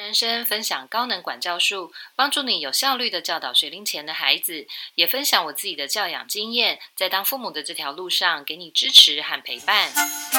人生分享高能管教术，帮助你有效率的教导学龄前的孩子，也分享我自己的教养经验，在当父母的这条路上给你支持和陪伴。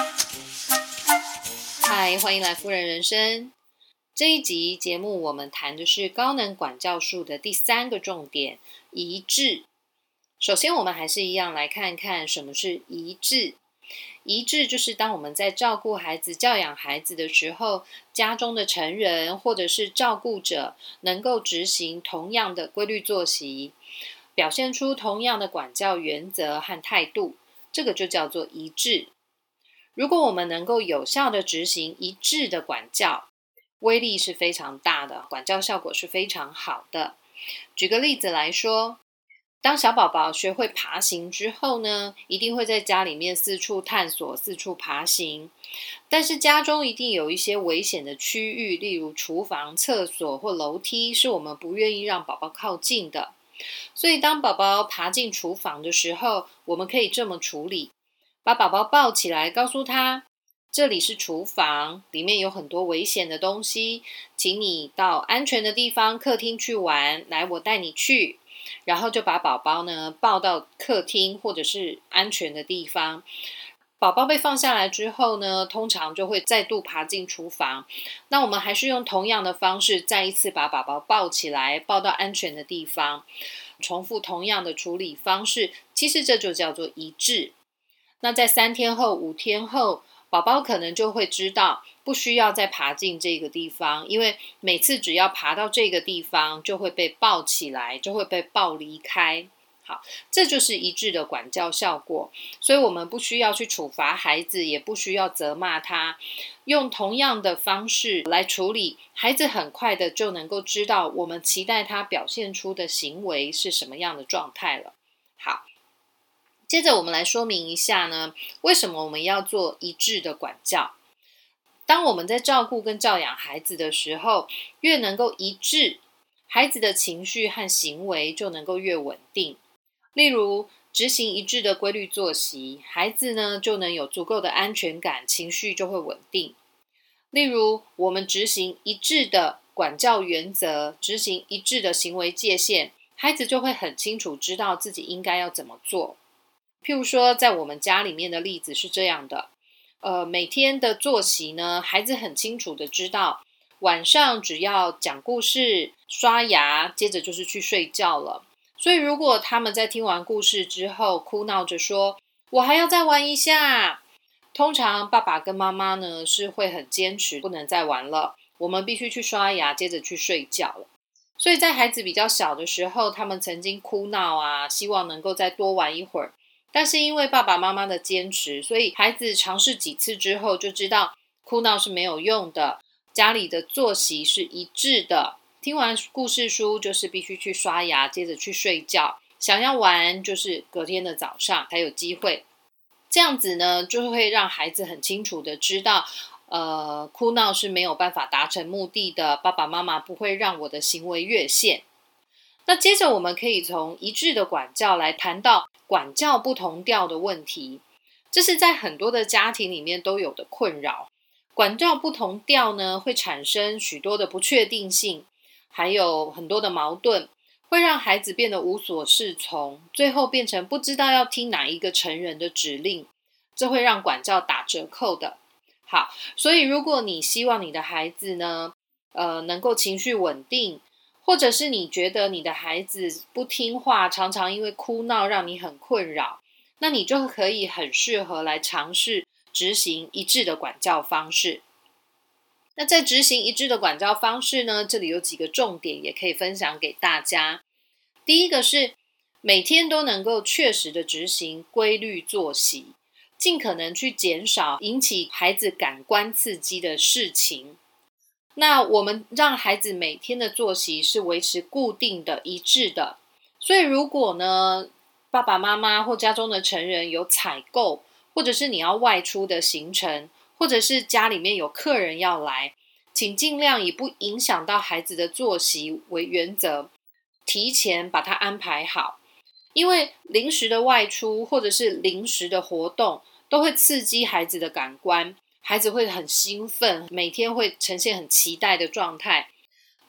嗨，欢迎来夫人人生。这一集节目我们谈的是高能管教术的第3个重点，一致。首先我们还是一样来看看什么是一致。一致就是当我们在照顾孩子、教养孩子的时候，家中的成人或者是照顾者能够执行同样的规律作息，表现出同样的管教原则和态度，这个就叫做一致。如果我们能够有效的执行一致的管教，威力是非常大的，管教效果是非常好的。举个例子来说，当小宝宝学会爬行之后呢，一定会在家里面四处探索、四处爬行。但是家中一定有一些危险的区域，例如厨房、厕所或楼梯，是我们不愿意让宝宝靠近的。所以当宝宝爬进厨房的时候，我们可以这么处理：把宝宝抱起来，告诉他，这里是厨房，里面有很多危险的东西，请你到安全的地方客厅去玩，来，我带你去。然后就把宝宝呢抱到客厅或者是安全的地方。宝宝被放下来之后呢，通常就会再度爬进厨房。那我们还是用同样的方式，再一次把宝宝抱起来，抱到安全的地方，重复同样的处理方式。其实这就叫做一致。那在3天后、5天后，宝宝可能就会知道不需要再爬进这个地方，因为每次只要爬到这个地方就会被抱起来，就会被抱离开。好，这就是一致的管教效果。所以我们不需要去处罚孩子，也不需要责骂他，用同样的方式来处理，孩子很快的就能够知道我们期待他表现出的行为是什么样的状态了。好，接着我们来说明一下呢，为什么我们要做一致的管教。当我们在照顾跟教养孩子的时候，越能够一致，孩子的情绪和行为就能够越稳定。例如执行一致的规律作息，孩子呢就能有足够的安全感，情绪就会稳定。例如我们执行一致的管教原则，执行一致的行为界限，孩子就会很清楚知道自己应该要怎么做。譬如说在我们家里面的例子是这样的，每天的作息呢，孩子很清楚的知道，晚上只要讲故事、刷牙，接着就是去睡觉了。所以如果他们在听完故事之后哭闹着说，我还要再玩一下，通常爸爸跟妈妈呢是会很坚持，不能再玩了，我们必须去刷牙，接着去睡觉了。所以在孩子比较小的时候，他们曾经哭闹啊，希望能够再多玩一会儿，但是因为爸爸妈妈的坚持，所以孩子尝试几次之后就知道哭闹是没有用的，家里的作息是一致的，听完故事书就是必须去刷牙，接着去睡觉，想要玩就是隔天的早上才有机会。这样子呢，就会让孩子很清楚的知道哭闹是没有办法达成目的的，爸爸妈妈不会让我的行为越线。那接着我们可以从一致的管教来谈到管教不同调的问题，这是在很多的家庭里面都有的困扰。管教不同调呢，会产生许多的不确定性，还有很多的矛盾，会让孩子变得无所适从，最后变成不知道要听哪一个成人的指令，这会让管教打折扣的。好，所以如果你希望你的孩子呢，能够情绪稳定，或者是你觉得你的孩子不听话，常常因为哭闹让你很困扰，那你就可以很适合来尝试执行一致的管教方式。那在执行一致的管教方式呢，这里有几个重点也可以分享给大家。第一个是每天都能够确实的执行规律作息，尽可能去减少引起孩子感官刺激的事情。那我们让孩子每天的作息是维持固定的、一致的。所以如果呢，爸爸妈妈或家中的成人有采购，或者是你要外出的行程，或者是家里面有客人要来，请尽量以不影响到孩子的作息为原则，提前把它安排好。因为临时的外出或者是临时的活动都会刺激孩子的感官，孩子会很兴奋，每天会呈现很期待的状态，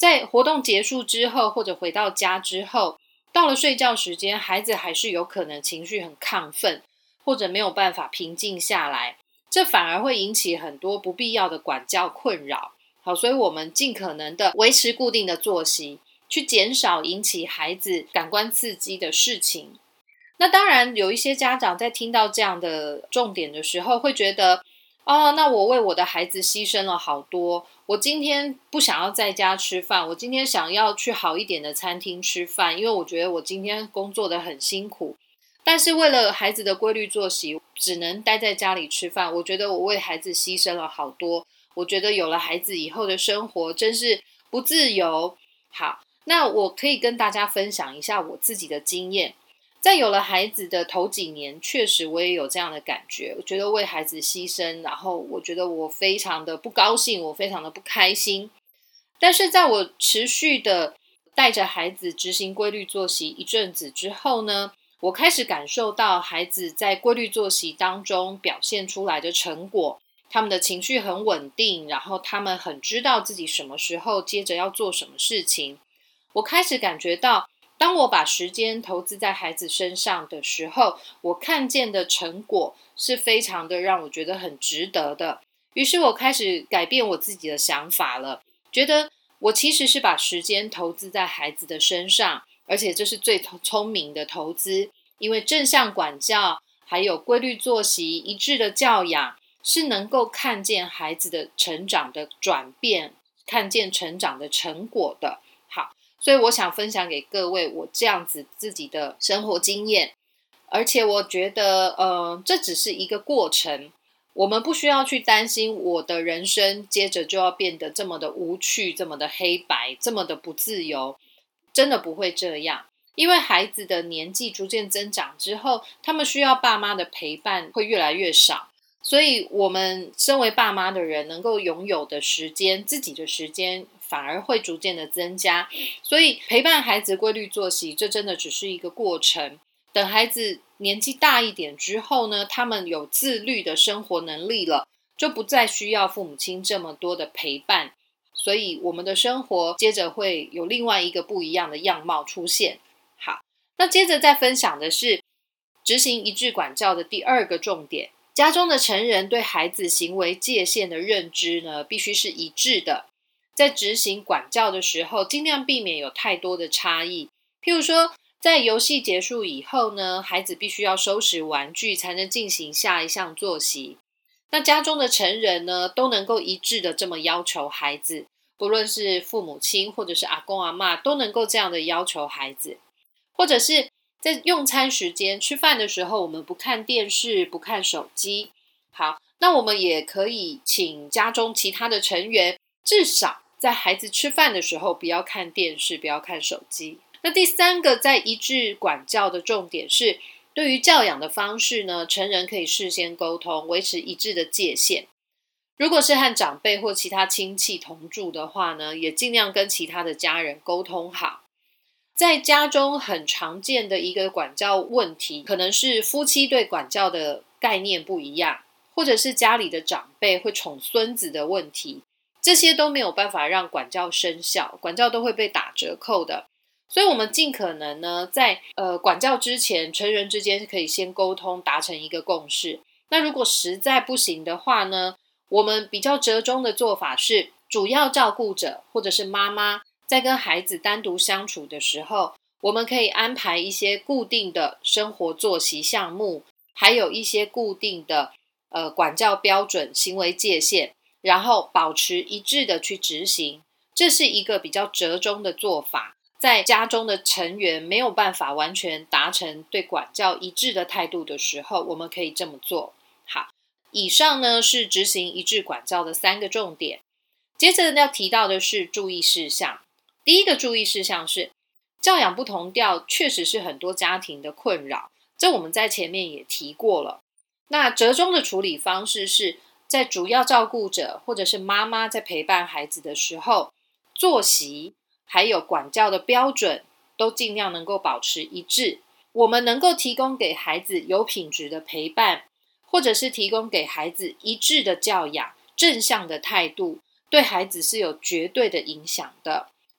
在活动结束之后或者回到家之后，到了睡觉时间，孩子还是有可能情绪很亢奋，或者没有办法平静下来，这反而会引起很多不必要的管教困扰。好，所以我们尽可能的维持固定的作息，去减少引起孩子感官刺激的事情。那当然有一些家长在听到这样的重点的时候会觉得，那我为我的孩子牺牲了好多，我今天不想要在家吃饭，我今天想要去好一点的餐厅吃饭，因为我觉得我今天工作得很辛苦，但是为了孩子的规律作息只能待在家里吃饭，我觉得我为孩子牺牲了好多，我觉得有了孩子以后的生活真是不自由。好，那我可以跟大家分享一下我自己的经验。在有了孩子的头几年，确实我也有这样的感觉，我觉得为孩子牺牲，然后我觉得我非常的不高兴，我非常的不开心。但是在我持续的带着孩子执行规律作息一阵子之后呢，我开始感受到孩子在规律作息当中表现出来的成果，他们的情绪很稳定，然后他们很知道自己什么时候接着要做什么事情。我开始感觉到，当我把时间投资在孩子身上的时候，我看见的成果是非常的让我觉得很值得的。于是我开始改变我自己的想法了，觉得我其实是把时间投资在孩子的身上，而且这是最聪明的投资，因为正向管教还有规律作息一致的教养是能够看见孩子的成长的转变，看见成长的成果的。好，所以我想分享给各位我这样子自己的生活经验，而且我觉得这只是一个过程，我们不需要去担心我的人生接着就要变得这么的无趣，这么的黑白，这么的不自由，真的不会这样。因为孩子的年纪逐渐增长之后，他们需要爸妈的陪伴会越来越少，所以我们身为爸妈的人能够拥有的时间，自己的时间反而会逐渐的增加。所以陪伴孩子规律作息，这真的只是一个过程。等孩子年纪大一点之后呢，他们有自律的生活能力了，就不再需要父母亲这么多的陪伴，所以我们的生活接着会有另外一个不一样的样貌出现。好，那接着再分享的是执行一致管教的第二个重点，家中的成人对孩子行为界限的认知呢，必须是一致的。在执行管教的时候，尽量避免有太多的差异。譬如说，在游戏结束以后呢，孩子必须要收拾玩具才能进行下一项作息。那家中的成人呢，都能够一致的这么要求孩子，不论是父母亲或者是阿公阿嬷，都能够这样的要求孩子。或者是在用餐时间吃饭的时候，我们不看电视，不看手机。好，那我们也可以请家中其他的成员，至少在孩子吃饭的时候不要看电视，不要看手机。那第三个在一致管教的重点是，对于教养的方式呢，成人可以事先沟通，维持一致的界限。如果是和长辈或其他亲戚同住的话呢，也尽量跟其他的家人沟通好。在家中很常见的一个管教问题，可能是夫妻对管教的概念不一样，或者是家里的长辈会宠孙子的问题，这些都没有办法让管教生效，管教都会被打折扣的。所以我们尽可能呢，在管教之前，成人之间可以先沟通，达成一个共识。那如果实在不行的话呢，我们比较折中的做法是，主要照顾者或者是妈妈在跟孩子单独相处的时候，我们可以安排一些固定的生活作息项目，还有一些固定的管教标准、行为界限，然后保持一致的去执行。这是一个比较折中的做法，在家中的成员没有办法完全达成对管教一致的态度的时候，我们可以这么做。好，以上呢是执行一致管教的3个重点。接着要提到的是注意事项。第一个注意事项是，教养不同调确实是很多家庭的困扰，这我们在前面也提过了。那折中的处理方式是，在主要照顾者或者是妈妈在陪伴孩子的时候，作息还有管教的标准都尽量能够保持一致。我们能够提供给孩子有品质的陪伴，或者是提供给孩子一致的教养、正向的态度，对孩子是有绝对的影响的。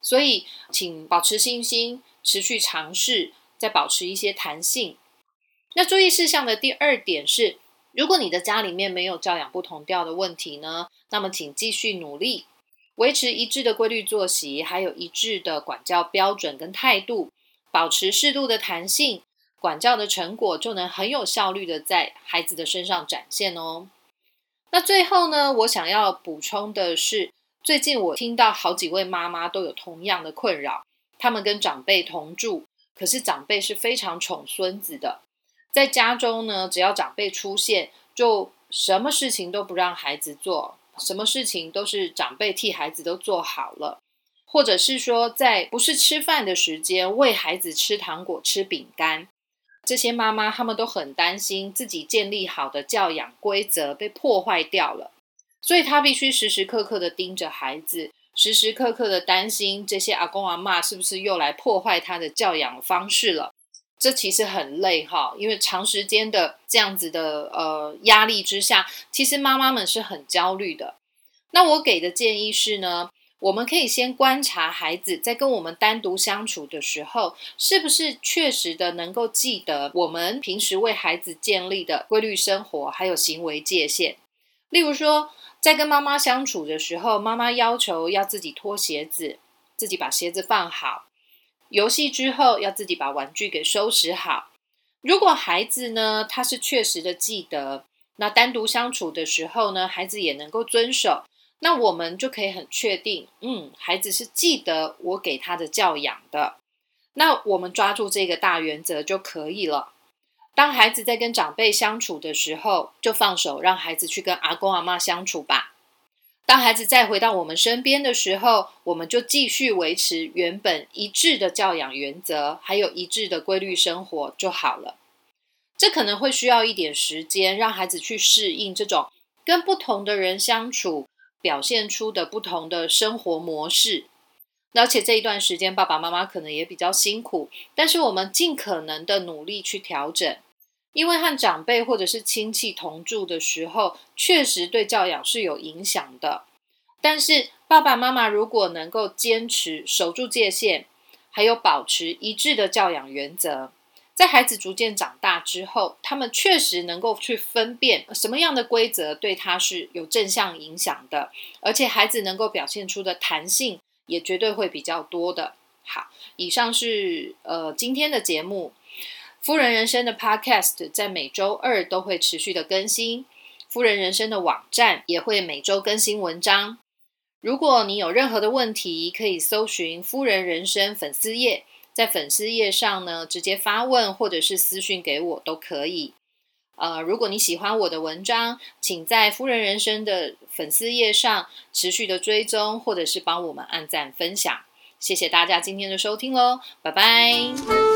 所以请保持信心，持续尝试，再保持一些弹性。那注意事项的第二点是，如果你的家里面没有教养不同调的问题呢，那么请继续努力，维持一致的规律作息，还有一致的管教标准跟态度，保持适度的弹性，管教的成果就能很有效率的在孩子的身上展现哦。那最后呢，我想要补充的是，最近我听到好几位妈妈都有同样的困扰，他们跟长辈同住，可是长辈是非常宠孙子的，在家中呢，只要长辈出现，就什么事情都不让孩子做，什么事情都是长辈替孩子都做好了，或者是说在不是吃饭的时间喂孩子吃糖果吃饼干，这些妈妈她们都很担心自己建立好的教养规则被破坏掉了，所以她必须时时刻刻的盯着孩子，时时刻刻的担心这些阿公阿嬷是不是又来破坏她的教养方式了。这其实很累哈，因为长时间的这样子的压力之下，其实妈妈们是很焦虑的。那我给的建议是呢，我们可以先观察孩子在跟我们单独相处的时候，是不是确实的能够记得我们平时为孩子建立的规律生活还有行为界限。例如说，在跟妈妈相处的时候，妈妈要求要自己脱鞋子，自己把鞋子放好，游戏之后要自己把玩具给收拾好。如果孩子呢，他是确实的记得，那单独相处的时候呢，孩子也能够遵守，那我们就可以很确定，孩子是记得我给他的教养的，那我们抓住这个大原则就可以了。当孩子在跟长辈相处的时候，就放手让孩子去跟阿公阿嬷相处吧。当孩子再回到我们身边的时候，我们就继续维持原本一致的教养原则，还有一致的规律生活就好了。这可能会需要一点时间，让孩子去适应这种跟不同的人相处表现出的不同的生活模式。而且这一段时间爸爸妈妈可能也比较辛苦，但是我们尽可能的努力去调整。因为和长辈或者是亲戚同住的时候，确实对教养是有影响的。但是爸爸妈妈如果能够坚持守住界限，还有保持一致的教养原则，在孩子逐渐长大之后，他们确实能够去分辨什么样的规则对他是有正向影响的，而且孩子能够表现出的弹性也绝对会比较多的。好，以上是今天的节目。夫人人生的 Podcast 在每周二都会持续的更新，夫人人生的网站也会每周更新文章。如果你有任何的问题，可以搜寻夫人人生粉丝页，在粉丝页上呢直接发问或者是私讯给我都可以。如果你喜欢我的文章，请在夫人人生的粉丝页上持续的追踪，或者是帮我们按赞分享。谢谢大家今天的收听咯，拜拜。